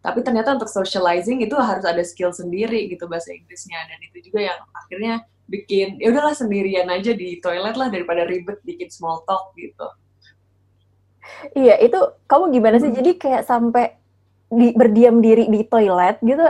Tapi ternyata untuk socializing itu harus ada skill sendiri gitu bahasa Inggrisnya, dan itu juga yang akhirnya bikin ya udahlah sendirian aja di toilet lah daripada ribet bikin small talk gitu. Iya, itu kamu gimana sih? Jadi kayak sampai berdiam diri di toilet gitu.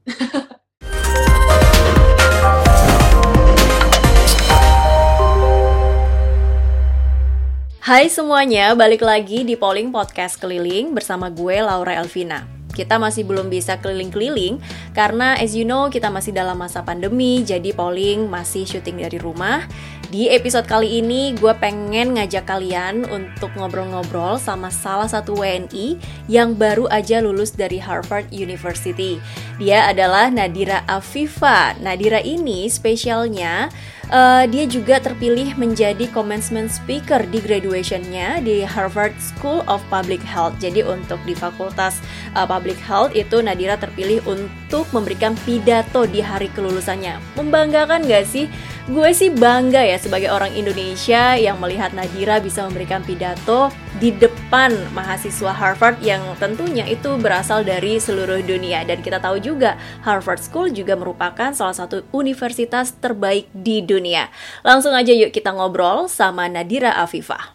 Hai semuanya, balik lagi di Polling Podcast Keliling bersama gue Laura Elvina. Kita masih belum bisa keliling-keliling karena as you know kita masih dalam masa pandemi, jadi Polling masih syuting dari rumah. Di episode kali ini gue pengen ngajak kalian untuk ngobrol-ngobrol sama salah satu WNI yang baru aja lulus dari Harvard University. Dia adalah Nadira Afifa. Nadira ini spesialnya dia juga terpilih menjadi commencement speaker di graduationnya di Harvard School of Public Health. Jadi untuk di Fakultas Public Health itu Nadira terpilih untuk memberikan pidato di hari kelulusannya. Membanggakan gak sih? Gue sih bangga ya sebagai orang Indonesia yang melihat Nadira bisa memberikan pidato di depan mahasiswa Harvard yang tentunya itu berasal dari seluruh dunia. Dan kita tahu juga Harvard School juga merupakan salah satu universitas terbaik di dunia. Langsung aja yuk kita ngobrol sama Nadira Afifa.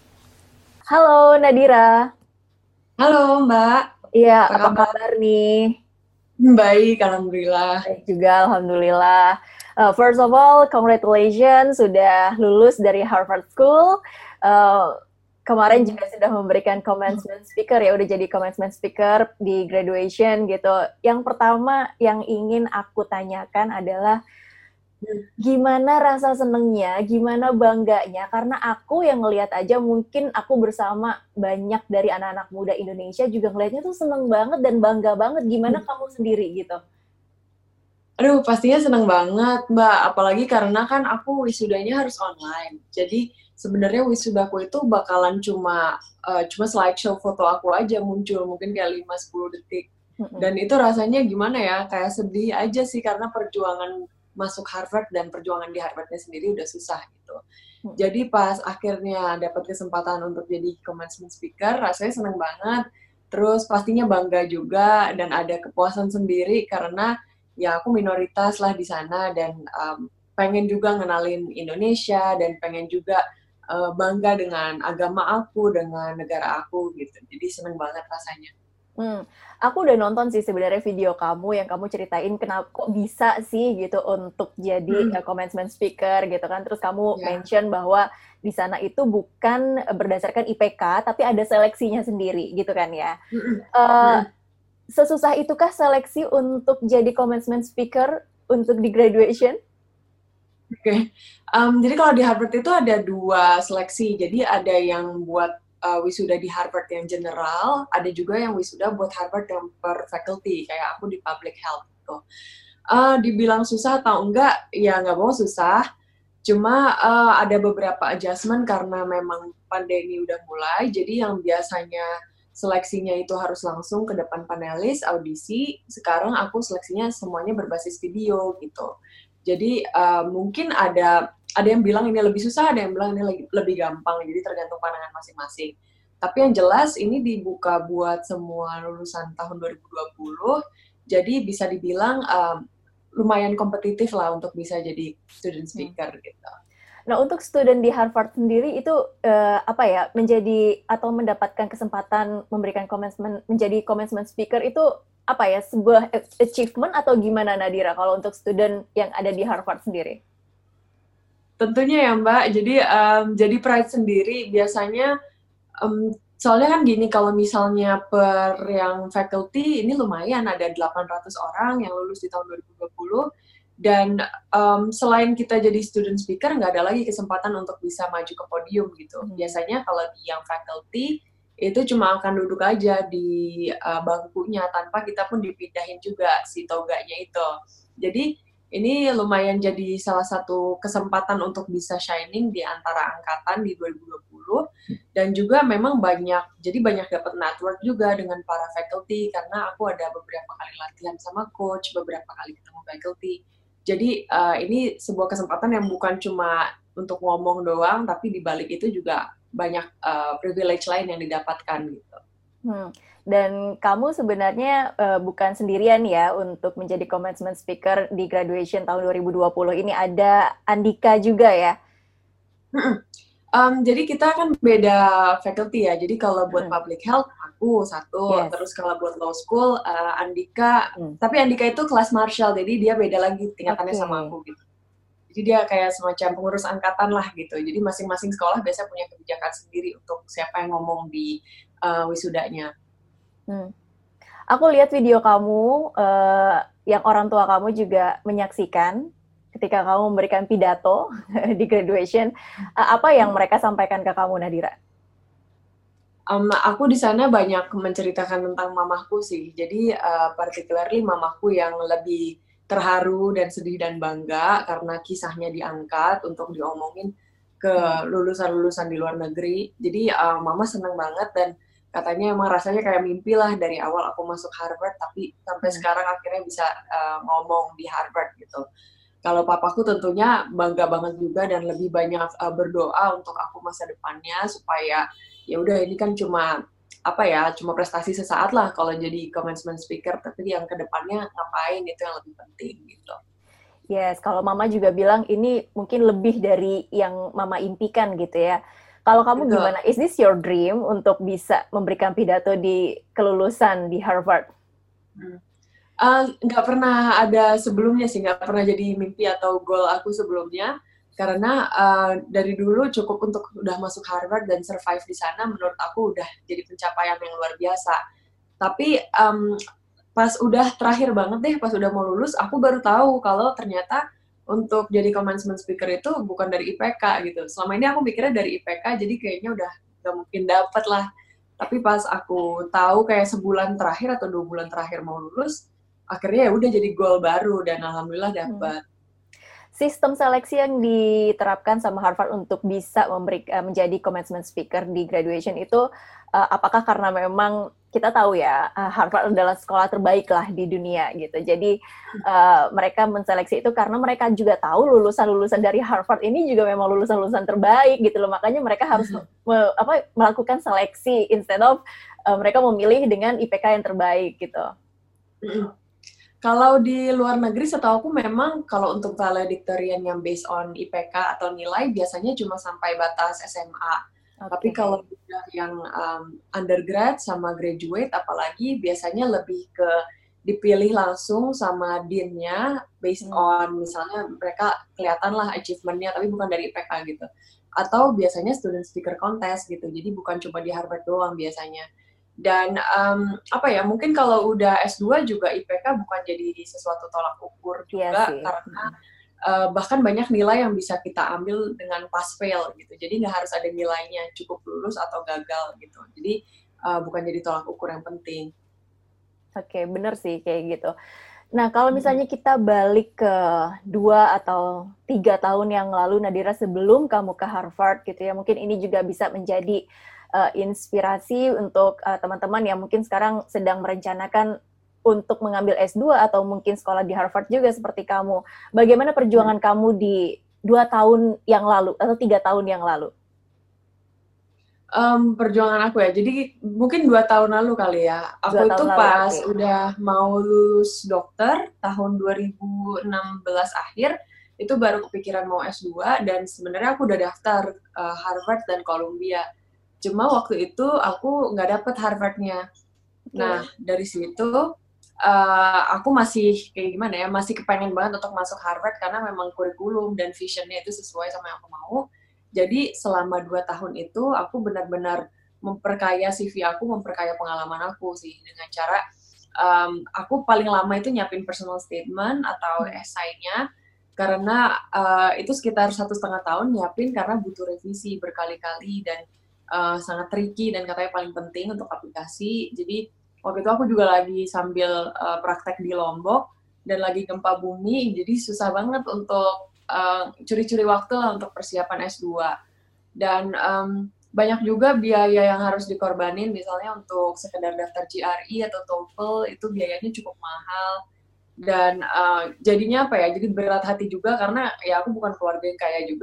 Halo Nadira. Halo Mbak, Iya, apa apa kabar? kabar nih? Baik, alhamdulillah. Baik juga, alhamdulillah. First of all, congratulations sudah lulus dari Harvard School. Uh, Kemarin juga sudah memberikan commencement speaker ya, udah jadi commencement speaker di graduation gitu. Yang pertama yang ingin aku tanyakan adalah gimana rasa senengnya, gimana bangganya, karena aku yang ngelihat aja mungkin aku bersama banyak dari anak-anak muda Indonesia juga ngelihatnya tuh seneng banget dan bangga banget. Gimana kamu sendiri gitu? Aduh, pastinya seneng banget, Mbak. Apalagi karena kan aku wisudanya harus online. Jadi sebenarnya wisudaku itu bakalan cuma slideshow foto aku aja muncul, mungkin kayak 5-10 detik. Dan itu rasanya gimana ya, kayak sedih aja sih karena perjuangan masuk Harvard dan perjuangan di Harvardnya sendiri udah susah gitu. Jadi pas akhirnya dapat kesempatan untuk jadi commencement speaker, rasanya seneng banget. Terus pastinya bangga juga dan ada kepuasan sendiri karena ya aku minoritas lah di sana, dan pengen juga ngenalin Indonesia dan pengen juga bangga dengan agama aku, dengan negara aku gitu. Jadi seneng banget rasanya. Aku udah nonton sih sebenarnya video kamu yang kamu ceritain kenapa kok bisa sih gitu untuk jadi commencement speaker gitu kan. Terus kamu Ya. mention bahwa di sana itu bukan berdasarkan IPK tapi ada seleksinya sendiri gitu kan ya. Eh, Sesusah itukah seleksi untuk jadi commencement speaker untuk di graduation? Oke. Jadi kalau di Harvard itu ada 2 seleksi. Jadi ada yang buat wisuda di Harvard yang general, ada juga yang wisuda buat Harvard yang per faculty, kayak aku di public health gitu. Dibilang susah atau enggak, ya nggak mau susah. Cuma ada beberapa adjustment karena memang pandemi udah mulai, jadi yang biasanya seleksinya itu harus langsung ke depan panelis, audisi, sekarang aku seleksinya semuanya berbasis video gitu. Jadi mungkin ada yang bilang ini lebih susah, ada yang bilang ini lebih gampang, jadi tergantung pandangan masing-masing. Tapi yang jelas ini dibuka buat semua lulusan tahun 2020, jadi bisa dibilang lumayan kompetitif lah untuk bisa jadi student speaker gitu. Nah, untuk student di Harvard sendiri itu apa ya, menjadi atau mendapatkan kesempatan memberikan commencement menjadi commencement speaker itu apa ya, sebuah achievement atau gimana Nadira kalau untuk student yang ada di Harvard sendiri? Tentunya ya Mbak, jadi pride sendiri biasanya, soalnya kan gini, kalau misalnya per yang faculty ini lumayan ada 800 orang yang lulus di tahun 2020, dan selain kita jadi student speaker nggak ada lagi kesempatan untuk bisa maju ke podium gitu. Biasanya kalau di yang faculty itu cuma akan duduk aja di bangkunya tanpa kita pun dipindahin juga si toganya itu. Jadi ini lumayan jadi salah satu kesempatan untuk bisa shining di antara angkatan di 2020, dan juga memang banyak dapat network juga dengan para faculty karena aku ada beberapa kali latihan sama coach, beberapa kali ketemu faculty. Jadi ini sebuah kesempatan yang bukan cuma untuk ngomong doang, tapi di balik itu juga banyak privilege lain yang didapatkan gitu. Dan kamu sebenarnya bukan sendirian ya untuk menjadi commencement speaker di graduation tahun 2020 ini, ada Andika juga ya? Jadi kita kan beda faculty ya. Jadi kalau buat public health aku satu, Yes. terus kalau buat law school Andika. Tapi Andika itu kelas Marshall, jadi dia beda lagi tingkatannya sama aku gitu. Jadi dia kayak semacam pengurus angkatan lah gitu. Jadi masing-masing sekolah biasa punya kebijakan sendiri untuk siapa yang ngomong di wisudanya. Aku lihat video kamu yang orang tua kamu juga menyaksikan ketika kamu memberikan pidato di graduation. Apa yang mereka sampaikan ke kamu, Nadira? Aku di sana banyak menceritakan tentang mamahku sih. Jadi particularly mamahku yang lebih terharu dan sedih dan bangga karena kisahnya diangkat untuk diomongin ke lulusan-lulusan di luar negeri. Jadi mama senang banget dan katanya emang rasanya kayak mimpi lah dari awal aku masuk Harvard, tapi sampai sekarang akhirnya bisa ngomong di Harvard gitu. Kalau papaku tentunya bangga banget juga dan lebih banyak berdoa untuk aku masa depannya supaya ya udah ini kan cuma prestasi sesaat lah kalau jadi commencement speaker, tapi yang kedepannya ngapain itu yang lebih penting gitu. Yes, kalau mama juga bilang ini mungkin lebih dari yang mama impikan gitu ya. Kalau kamu Betul. gimana? Is this your dream untuk bisa memberikan pidato di kelulusan di Harvard? Nggak pernah ada sebelumnya sih, nggak pernah jadi mimpi atau goal aku sebelumnya. Karena dari dulu cukup untuk udah masuk Harvard dan survive di sana, menurut aku udah jadi pencapaian yang luar biasa. Tapi pas udah terakhir banget deh, pas udah mau lulus, aku baru tahu kalau ternyata untuk jadi commencement speaker itu bukan dari IPK gitu. Selama ini aku mikirnya dari IPK, jadi kayaknya udah nggak mungkin dapet lah. Tapi pas aku tahu kayak sebulan terakhir atau 2 bulan terakhir mau lulus, akhirnya ya udah jadi goal baru dan alhamdulillah dapet. Sistem seleksi yang diterapkan sama Harvard untuk bisa menjadi commencement speaker di graduation itu apakah karena memang kita tahu ya Harvard adalah sekolah terbaik lah di dunia gitu. Jadi mereka menseleksi itu karena mereka juga tahu lulusan-lulusan dari Harvard ini juga memang lulusan-lulusan terbaik gitu loh. Makanya mereka harus melakukan seleksi instead of mereka memilih dengan IPK yang terbaik gitu. Kalau di luar negeri setahu aku memang kalau untuk valedictorian yang based on IPK atau nilai biasanya cuma sampai batas SMA. Tapi kalau yang undergrad sama graduate apalagi biasanya lebih ke dipilih langsung sama dean-nya based on misalnya mereka kelihatan lah achievement-nya tapi bukan dari IPK gitu. Atau biasanya student speaker contest gitu. Jadi bukan cuma di Harvard doang biasanya. Dan mungkin kalau udah S2 juga IPK bukan jadi sesuatu tolak ukur juga karena bahkan banyak nilai yang bisa kita ambil dengan pass fail gitu. Jadi nggak harus ada nilainya, cukup lulus atau gagal gitu. Jadi bukan jadi tolak ukur yang penting. Oke, bener sih kayak gitu. Nah, kalau misalnya kita balik ke 2 atau 3 tahun yang lalu, Nadira, sebelum kamu ke Harvard gitu ya, mungkin ini juga bisa menjadi inspirasi untuk teman-teman yang mungkin sekarang sedang merencanakan untuk mengambil S2 atau mungkin sekolah di Harvard juga seperti kamu. Bagaimana perjuangan kamu di 2 tahun yang lalu atau 3 tahun yang lalu? Perjuangan aku ya, jadi mungkin 2 tahun lalu kali ya. Aku itu pas udah mau lulus dokter tahun 2016 akhir, itu baru kepikiran mau S2 dan sebenarnya aku udah daftar Harvard dan Columbia. Cuma waktu itu aku nggak dapet Harvard-nya. Nah, dari situ aku masih kayak gimana ya, masih kepengen banget untuk masuk Harvard karena memang kurikulum dan vision-nya itu sesuai sama yang aku mau. Jadi selama 2 tahun itu aku benar-benar memperkaya CV aku, memperkaya pengalaman aku sih dengan cara aku paling lama itu nyiapin personal statement atau esainya karena itu sekitar 1,5 tahun nyiapin karena butuh revisi berkali-kali dan sangat tricky dan katanya paling penting untuk aplikasi. Jadi waktu itu aku juga lagi sambil praktek di Lombok dan lagi gempa bumi, jadi susah banget untuk curi-curi waktu lah untuk persiapan S2. Dan banyak juga biaya yang harus dikorbanin, misalnya untuk sekedar daftar GRE atau TOEFL, itu biayanya cukup mahal. Dan jadinya jadi berat hati juga karena ya aku bukan keluarga yang kaya juga,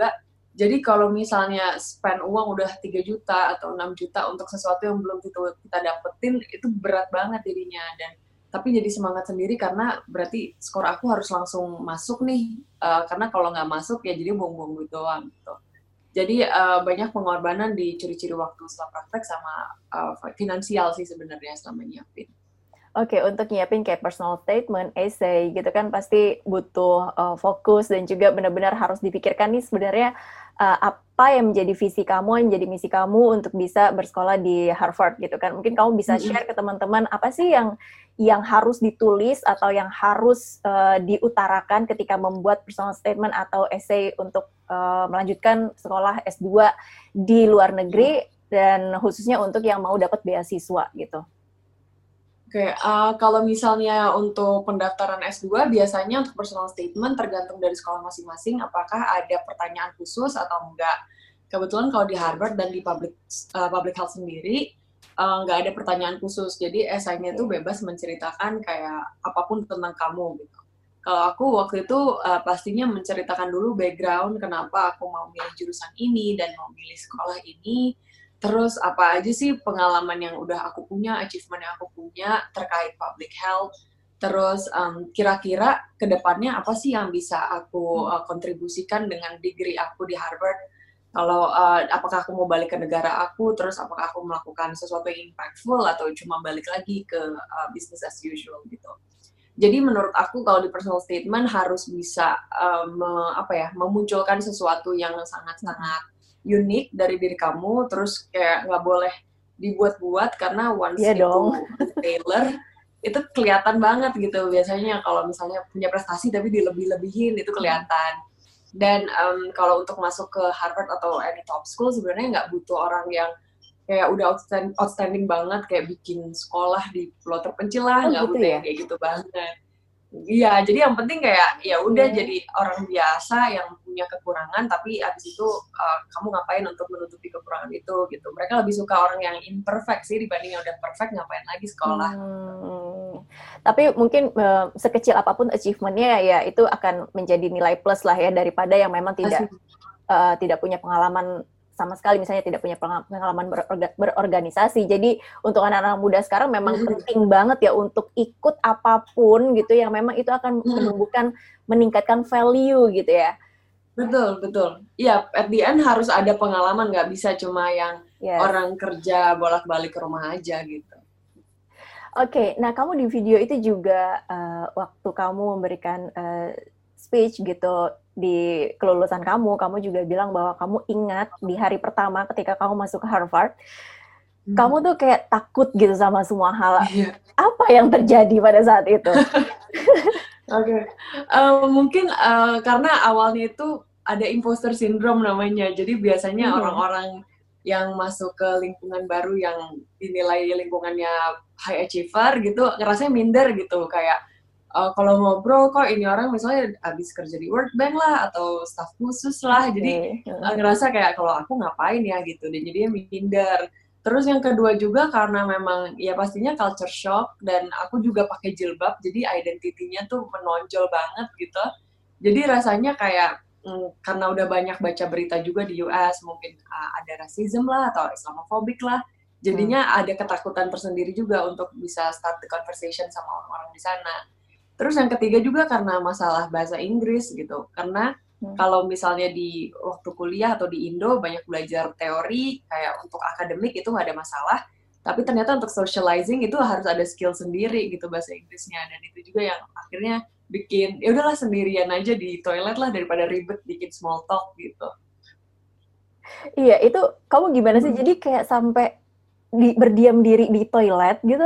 Jadi kalau misalnya spend uang udah 3 juta atau 6 juta untuk sesuatu yang belum kita dapetin, itu berat banget jadinya. Dan tapi jadi semangat sendiri karena berarti skor aku harus langsung masuk nih. Karena kalau nggak masuk ya jadi buang-buang duit doang gitu. Jadi banyak pengorbanan di curi-curi waktu setelah praktek sama finansial sih sebenarnya selama nyiapin. Oke, untuk nyiapin kayak personal statement, essay gitu kan pasti butuh fokus dan juga benar-benar harus dipikirkan nih sebenarnya apa yang menjadi visi kamu, yang menjadi misi kamu untuk bisa bersekolah di Harvard gitu kan. Mungkin kamu bisa share ke teman-teman apa sih yang harus ditulis atau yang harus diutarakan ketika membuat personal statement atau essay untuk melanjutkan sekolah S2 di luar negeri dan khususnya untuk yang mau dapat beasiswa gitu. Oke, kalau misalnya untuk pendaftaran S2, biasanya untuk personal statement tergantung dari sekolah masing-masing, apakah ada pertanyaan khusus atau enggak. Kebetulan kalau di Harvard dan di public health sendiri, nggak ada pertanyaan khusus. Jadi esainya itu bebas menceritakan kayak apapun tentang kamu gitu. Kalau aku waktu itu pastinya menceritakan dulu background kenapa aku mau milih jurusan ini dan mau milih sekolah ini. Terus apa aja sih pengalaman yang udah aku punya, achievement yang aku punya terkait public health. Terus kira-kira ke depannya apa sih yang bisa aku kontribusikan dengan degree aku di Harvard. Kalau apakah aku mau balik ke negara aku, terus apakah aku melakukan sesuatu yang impactful atau cuma balik lagi ke business as usual gitu. Jadi menurut aku kalau di personal statement harus bisa memunculkan sesuatu yang sangat-sangat unik dari diri kamu, terus kayak nggak boleh dibuat-buat karena once itu Taylor itu kelihatan banget gitu. Biasanya kalau misalnya punya prestasi tapi dilebih-lebihin itu kelihatan. Dan kalau untuk masuk ke Harvard atau any top school sebenarnya nggak butuh orang yang kayak udah outstanding banget kayak bikin sekolah di pulau terpencil lah, nggak butuh yang kayak gitu banget. Iya, jadi yang penting kayak ya udah jadi orang biasa yang punya kekurangan, tapi abis itu kamu ngapain untuk menutupi kekurangan itu gitu. Mereka lebih suka orang yang imperfect sih dibanding yang udah perfect, ngapain lagi sekolah. Tapi mungkin sekecil apapun achievementnya ya itu akan menjadi nilai plus lah ya daripada yang memang tidak punya pengalaman sama sekali, misalnya tidak punya pengalaman berorganisasi. Jadi untuk anak-anak muda sekarang memang penting banget ya untuk ikut apapun gitu yang memang itu akan meningkatkan value gitu ya. Betul. Iya, at the end harus ada pengalaman, nggak bisa cuma yang orang kerja bolak-balik ke rumah aja gitu. Oke, nah kamu di video itu juga waktu kamu memberikan speech gitu di kelulusan kamu juga bilang bahwa kamu ingat di hari pertama ketika kamu masuk ke Harvard, kamu tuh kayak takut gitu sama semua hal. Apa yang terjadi pada saat itu? Oke. Mungkin karena awalnya itu ada imposter syndrome namanya. Jadi biasanya orang-orang yang masuk ke lingkungan baru yang dinilai lingkungannya high achiever gitu, ngerasanya minder gitu. Kayak kalau ngobrol kok ini orang misalnya habis kerja di World Bank lah atau staff khusus lah. Jadi ngerasa kayak kalau aku ngapain ya gitu. Dan jadinya minder. Terus yang kedua juga karena memang ya pastinya culture shock dan aku juga pakai jilbab jadi identitinya tuh menonjol banget gitu. Jadi rasanya kayak karena udah banyak baca berita juga di US mungkin ada rasisme lah atau Islamophobic lah. Jadinya ada ketakutan tersendiri juga untuk bisa start the conversation sama orang-orang di sana. Terus yang ketiga juga karena masalah bahasa Inggris gitu. Karena kalau misalnya di waktu kuliah atau di Indo banyak belajar teori kayak untuk akademik itu nggak ada masalah, tapi ternyata untuk socializing itu harus ada skill sendiri gitu bahasa Inggrisnya, dan itu juga yang akhirnya bikin ya udahlah sendirian aja di toilet lah daripada ribet bikin small talk gitu. Iya, itu kamu gimana sih? Jadi kayak sampai berdiam diri di toilet gitu?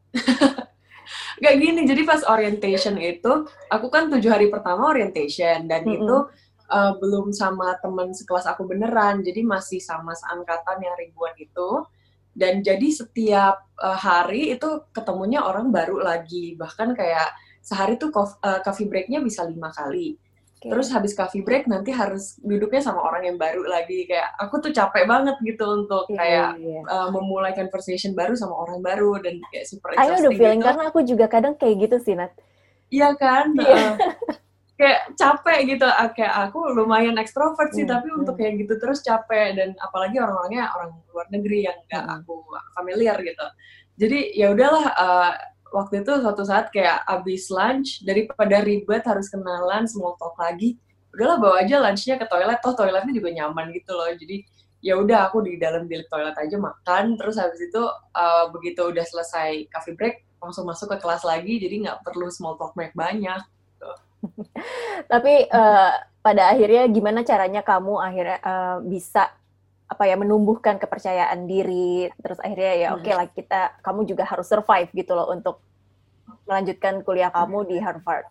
Gak gini, jadi pas orientation itu aku kan 7 hari pertama orientation dan itu belum sama teman sekelas aku beneran, jadi masih sama seangkatan yang ribuan itu. Dan jadi setiap hari itu ketemunya orang baru lagi, bahkan kayak sehari tuh coffee break-nya bisa 5 kali. Terus habis coffee break nanti harus duduknya sama orang yang baru lagi. Kayak aku tuh capek banget gitu untuk kayak memulai conversation baru sama orang baru dan kayak super exhausting. Ayo udah feeling gitu. Karena aku juga kadang kayak gitu sih, Nat. Iya kan? kayak capek gitu. Kayak aku lumayan ekstrovert sih, tapi untuk kayak gitu terus capek, dan apalagi orang-orangnya orang luar negeri yang nggak aku familiar gitu. Jadi ya udahlah, waktu itu suatu saat kayak abis lunch, daripada ribet harus kenalan small talk lagi, udahlah bawa aja lunchnya ke toilet, toh toiletnya juga nyaman gitu loh. Jadi ya udah aku di dalam bilik toilet aja makan, terus habis itu begitu udah selesai coffee break langsung masuk ke kelas lagi, jadi nggak perlu small talk banyak gitu. Tapi pada akhirnya gimana caranya kamu akhirnya bisa menumbuhkan kepercayaan diri, terus akhirnya ya oke lah, kamu juga harus survive gitu loh untuk melanjutkan kuliah kamu di Harvard.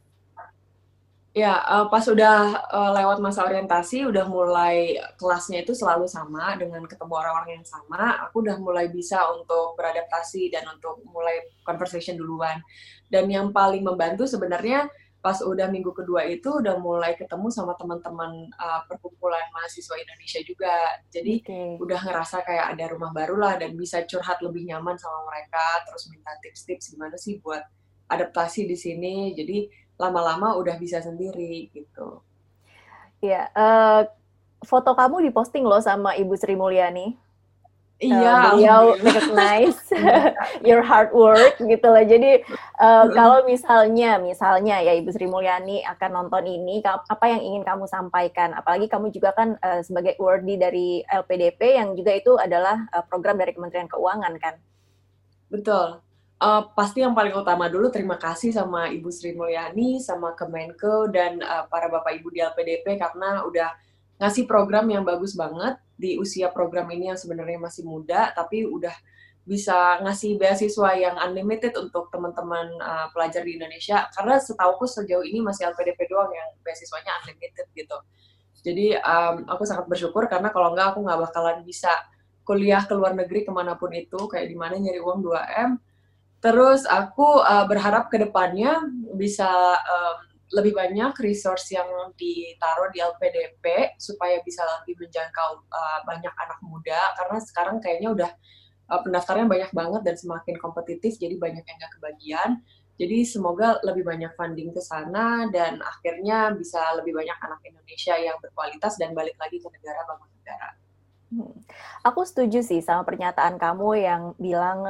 Ya, pas udah lewat masa orientasi, udah mulai kelasnya itu selalu sama, dengan ketemu orang-orang yang sama, aku udah mulai bisa untuk beradaptasi dan untuk mulai conversation duluan. Dan yang paling membantu sebenarnya pas udah minggu kedua itu udah mulai ketemu sama teman-teman perkumpulan mahasiswa Indonesia juga. Jadi udah ngerasa kayak ada rumah baru lah dan bisa curhat lebih nyaman sama mereka, terus minta tips-tips gimana sih buat adaptasi di sini. Jadi lama-lama udah bisa sendiri gitu. Iya, foto kamu diposting loh sama Ibu Sri Mulyani. Iya, beliau recognize your hard work gitu loh. Jadi kalau misalnya ya Ibu Sri Mulyani akan nonton ini, apa yang ingin kamu sampaikan? Apalagi kamu juga kan sebagai awardee dari LPDP yang juga itu adalah program dari Kementerian Keuangan kan? Betul. Pasti yang paling utama dulu terima kasih sama Ibu Sri Mulyani, sama Kemenko, dan para Bapak Ibu di LPDP karena udah ngasih program yang bagus banget di usia program ini yang sebenarnya masih muda, tapi udah bisa ngasih beasiswa yang unlimited untuk teman-teman pelajar di Indonesia. Karena setauku sejauh ini masih LPDP doang yang beasiswanya unlimited gitu. Jadi aku sangat bersyukur karena kalau enggak aku nggak bakalan bisa kuliah ke luar negeri kemanapun itu, kayak di mana nyari uang 2M. Terus aku berharap ke depannya bisa lebih banyak resource yang ditaruh di LPDP supaya bisa lebih menjangkau banyak anak muda, karena sekarang kayaknya udah pendaftarnya banyak banget dan semakin kompetitif, jadi banyak yang nggak kebagian. Jadi semoga lebih banyak funding ke sana dan akhirnya bisa lebih banyak anak Indonesia yang berkualitas dan balik lagi ke negara, bangun negara. Aku setuju sih sama pernyataan kamu yang bilang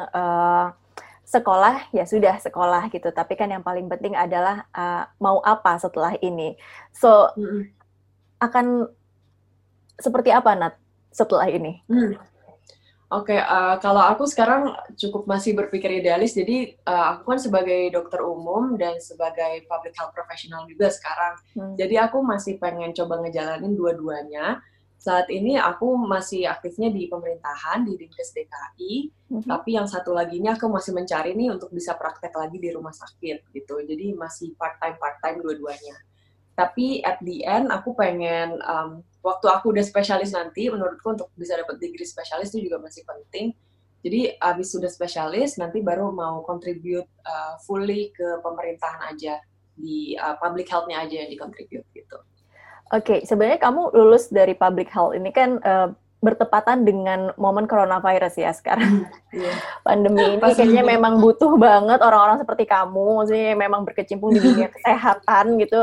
sekolah ya sudah sekolah gitu, tapi kan yang paling penting adalah mau apa setelah ini. So akan seperti apa Nat setelah ini? Oke, kalau aku sekarang cukup masih berpikir idealis, jadi aku kan sebagai dokter umum dan sebagai public health professional juga sekarang. Jadi aku masih pengen coba ngejalanin dua-duanya. Saat ini aku masih aktifnya di pemerintahan, di Dinkes DKI, tapi yang satu lagi ini aku masih mencari nih untuk bisa praktek lagi di rumah sakit gitu. Jadi masih part-time dua-duanya. Tapi at the end aku pengen, waktu aku udah spesialis nanti, menurutku untuk bisa dapat degree spesialis itu juga masih penting. Jadi abis sudah spesialis, nanti baru mau contribute fully ke pemerintahan aja, di public health-nya aja yang di-contribute gitu. Oke, sebenarnya kamu lulus dari public health ini kan bertepatan dengan momen coronavirus ya sekarang. Pandemi ini kayaknya memang butuh banget orang-orang seperti kamu, maksudnya memang berkecimpung di dunia kesehatan gitu.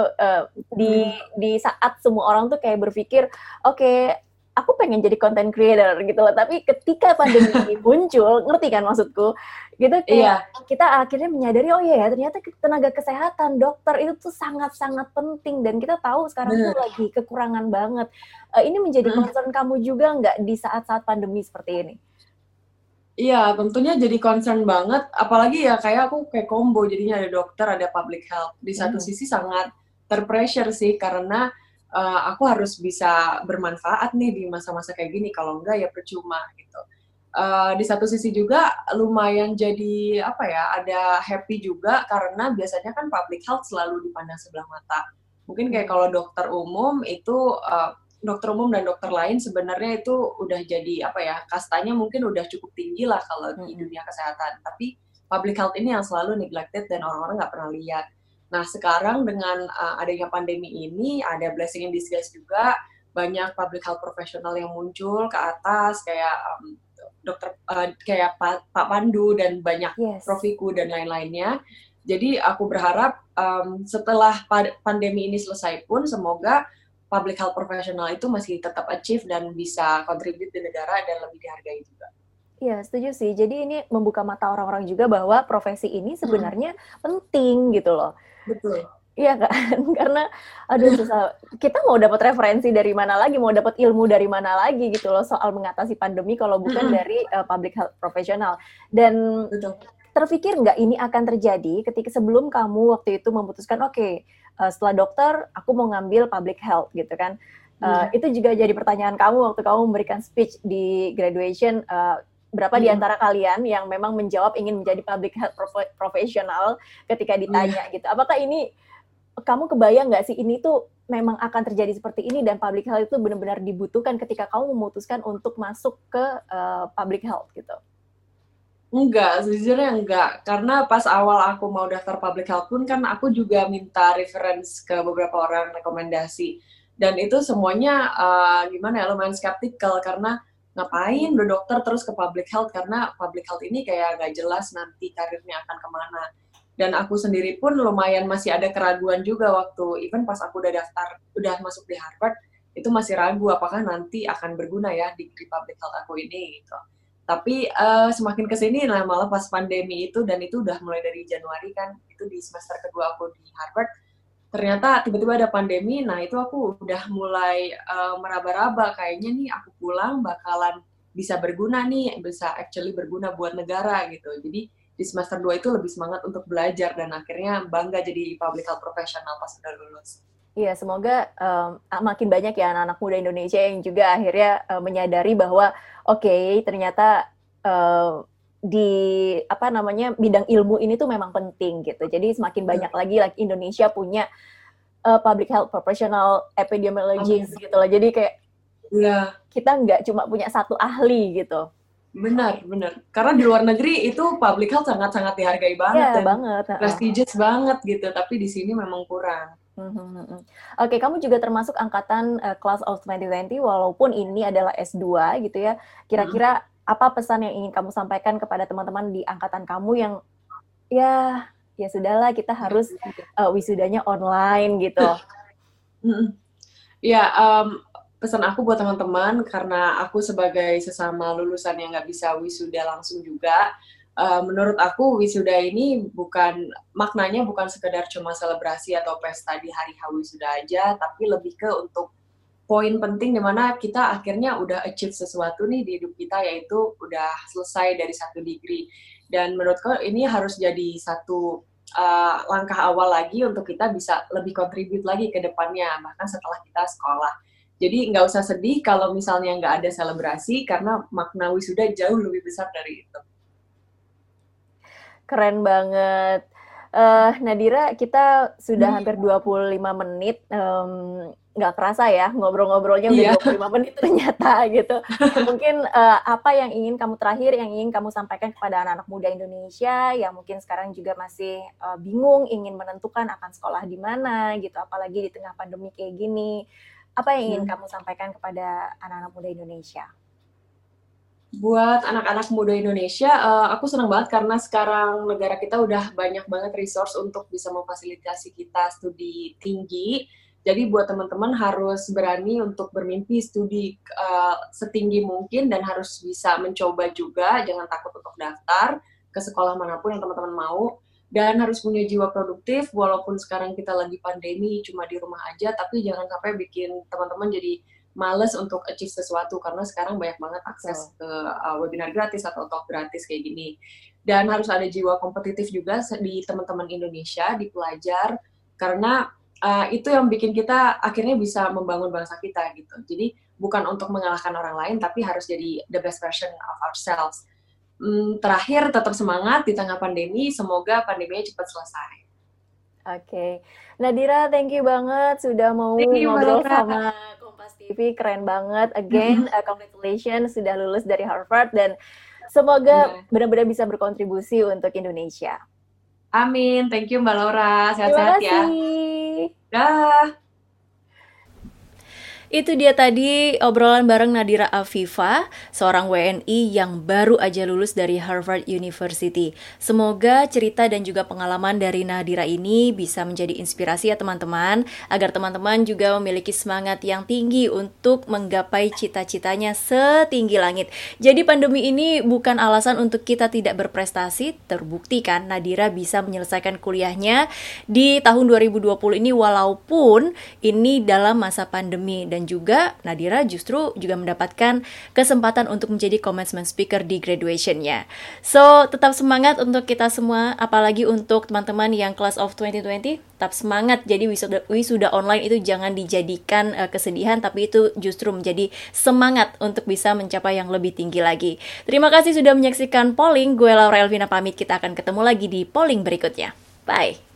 Di saat semua orang tuh kayak berpikir, oke, aku pengen jadi content creator gitu loh. Tapi ketika pandemi ini muncul, ngerti kan maksudku? Gitu kayak kita akhirnya menyadari, oh iya ya ternyata tenaga kesehatan, dokter itu tuh sangat-sangat penting. Dan kita tahu sekarang tuh lagi kekurangan banget. Ini menjadi concern kamu juga nggak di saat-saat pandemi seperti ini? Iya, tentunya jadi concern banget. Apalagi ya kayak aku kayak combo, jadinya ada dokter, ada public health. Di satu sisi sangat terpressure sih, karena aku harus bisa bermanfaat nih di masa-masa kayak gini, kalau enggak ya percuma gitu. Di satu sisi juga lumayan jadi ada happy juga karena biasanya kan public health selalu dipandang sebelah mata. Mungkin kayak kalau dokter umum itu dokter umum dan dokter lain sebenarnya itu udah jadi kastanya mungkin udah cukup tinggi lah kalau di dunia kesehatan. Tapi public health ini yang selalu neglected dan orang-orang nggak pernah lihat. Nah, sekarang dengan adanya pandemi ini, ada blessing in disguise juga, banyak public health profesional yang muncul ke atas, kayak dokter kayak Pak Pandu dan banyak Prof Wiku dan lain-lainnya. Jadi aku berharap setelah pandemi ini selesai pun semoga public health professional itu masih tetap achieve dan bisa contribute di negara dan lebih dihargai juga. Iya, setuju sih. Jadi ini membuka mata orang-orang juga bahwa profesi ini sebenarnya penting gitu loh. Betul. Iya kan? Karena aduh susah. Kita mau dapat referensi dari mana lagi, mau dapat ilmu dari mana lagi gitu loh soal mengatasi pandemi kalau bukan dari public health professional. Dan Betul. terpikir nggak ini akan terjadi ketika sebelum kamu waktu itu memutuskan oke, setelah dokter aku mau ngambil public health gitu kan. Itu juga jadi pertanyaan kamu waktu kamu memberikan speech di graduation, berapa di antara kalian yang memang menjawab ingin menjadi public health professional ketika ditanya gitu. Apakah ini kamu kebayang nggak sih ini tuh memang akan terjadi seperti ini dan public health itu benar-benar dibutuhkan ketika kamu memutuskan untuk masuk ke public health gitu? Enggak, sejujurnya enggak. Karena pas awal aku mau daftar public health pun kan aku juga minta reference ke beberapa orang rekomendasi. Dan itu semuanya gimana ya, lumayan skeptikal karena ngapain berdokter terus ke public health karena public health ini kayak nggak jelas nanti karirnya akan kemana. Dan aku sendiri pun lumayan masih ada keraguan juga waktu even pas aku udah daftar, udah masuk di Harvard, itu masih ragu apakah nanti akan berguna ya di public health aku ini gitu. Tapi semakin kesini nah malah pas pandemi itu dan itu udah mulai dari Januari kan, itu di semester kedua aku di Harvard, ternyata tiba-tiba ada pandemi, nah itu aku udah mulai meraba-raba kayaknya nih aku pulang bakalan bisa berguna nih, bisa actually berguna buat negara gitu. Jadi di semester 2 itu lebih semangat untuk belajar dan akhirnya bangga jadi public health professional pas udah lulus. Iya, semoga makin banyak ya anak-anak muda Indonesia yang juga akhirnya menyadari bahwa ternyata di apa namanya bidang ilmu ini tuh memang penting gitu. Jadi semakin banyak lagi Indonesia punya public health professional epidemiologist gitu loh. Jadi kayak kita nggak cuma punya satu ahli gitu. Benar. Karena di luar negeri itu public health sangat-sangat dihargai banget dan prestigious banget gitu. Tapi di sini memang kurang. Oke, kamu juga termasuk angkatan class of 2020 walaupun ini adalah S2 gitu ya. Kira-kira apa pesan yang ingin kamu sampaikan kepada teman-teman di angkatan kamu yang ya sudahlah kita harus wisudanya online gitu. Ya, pesan aku buat teman-teman karena aku sebagai sesama lulusan yang nggak bisa wisuda langsung juga, menurut aku wisuda ini maknanya bukan sekedar cuma selebrasi atau pesta di hari wisuda aja, tapi lebih ke untuk poin penting dimana kita akhirnya udah achieve sesuatu nih di hidup kita, yaitu udah selesai dari satu degree. Dan menurutku ini harus jadi satu langkah awal lagi untuk kita bisa lebih kontribut lagi ke depannya, bahkan setelah kita sekolah. Jadi nggak usah sedih kalau misalnya nggak ada selebrasi, karena makna wisuda jauh lebih besar dari itu. Keren banget. Nadira, kita sudah hampir 25 menit. Nggak kerasa ya, ngobrol-ngobrolnya udah 25 menit ternyata gitu. Mungkin apa yang ingin kamu yang ingin kamu sampaikan kepada anak-anak muda Indonesia yang mungkin sekarang juga masih bingung, ingin menentukan akan sekolah di mana gitu, apalagi di tengah pandemi kayak gini. Apa yang ingin kamu sampaikan kepada anak-anak muda Indonesia? Buat anak-anak muda Indonesia, aku senang banget karena sekarang negara kita udah banyak banget resource untuk bisa memfasilitasi kita studi tinggi. Jadi buat teman-teman harus berani untuk bermimpi studi setinggi mungkin dan harus bisa mencoba juga, jangan takut untuk daftar ke sekolah manapun yang teman-teman mau. Dan harus punya jiwa produktif, walaupun sekarang kita lagi pandemi cuma di rumah aja, tapi jangan sampai bikin teman-teman jadi males untuk achieve sesuatu karena sekarang banyak banget akses ke webinar gratis atau talk gratis kayak gini. Dan harus ada jiwa kompetitif juga di teman-teman Indonesia, di pelajar, karena itu yang bikin kita akhirnya bisa membangun bangsa kita gitu. Jadi bukan untuk mengalahkan orang lain, tapi harus jadi the best version of ourselves. Terakhir, tetap semangat di tengah pandemi, semoga pandeminya cepat selesai. Oke. Nadira, thank you banget sudah mau ngobrol sama Kompas TV, keren banget. Again, congratulations sudah lulus dari Harvard dan semoga benar-benar bisa berkontribusi untuk Indonesia. Amin, thank you Mbak Laura, sehat-sehat ya. Terima kasih. Dah. Itu dia tadi obrolan bareng Nadira Afifa, seorang WNI yang baru aja lulus dari Harvard University. Semoga cerita dan juga pengalaman dari Nadira ini bisa menjadi inspirasi ya teman-teman, agar teman-teman juga memiliki semangat yang tinggi untuk menggapai cita-citanya setinggi langit. Jadi pandemi ini bukan alasan untuk kita tidak berprestasi. Terbukti kan Nadira bisa menyelesaikan kuliahnya di tahun 2020 ini walaupun ini dalam masa pandemi. Dan juga Nadira justru juga mendapatkan kesempatan untuk menjadi commencement speaker di graduation-nya. So, tetap semangat untuk kita semua, apalagi untuk teman-teman yang class of 2020, tetap semangat. Jadi wisuda online itu jangan dijadikan kesedihan, tapi itu justru menjadi semangat untuk bisa mencapai yang lebih tinggi lagi. Terima kasih sudah menyaksikan Polling. Gue Laura Elvina pamit, kita akan ketemu lagi di Polling berikutnya. Bye!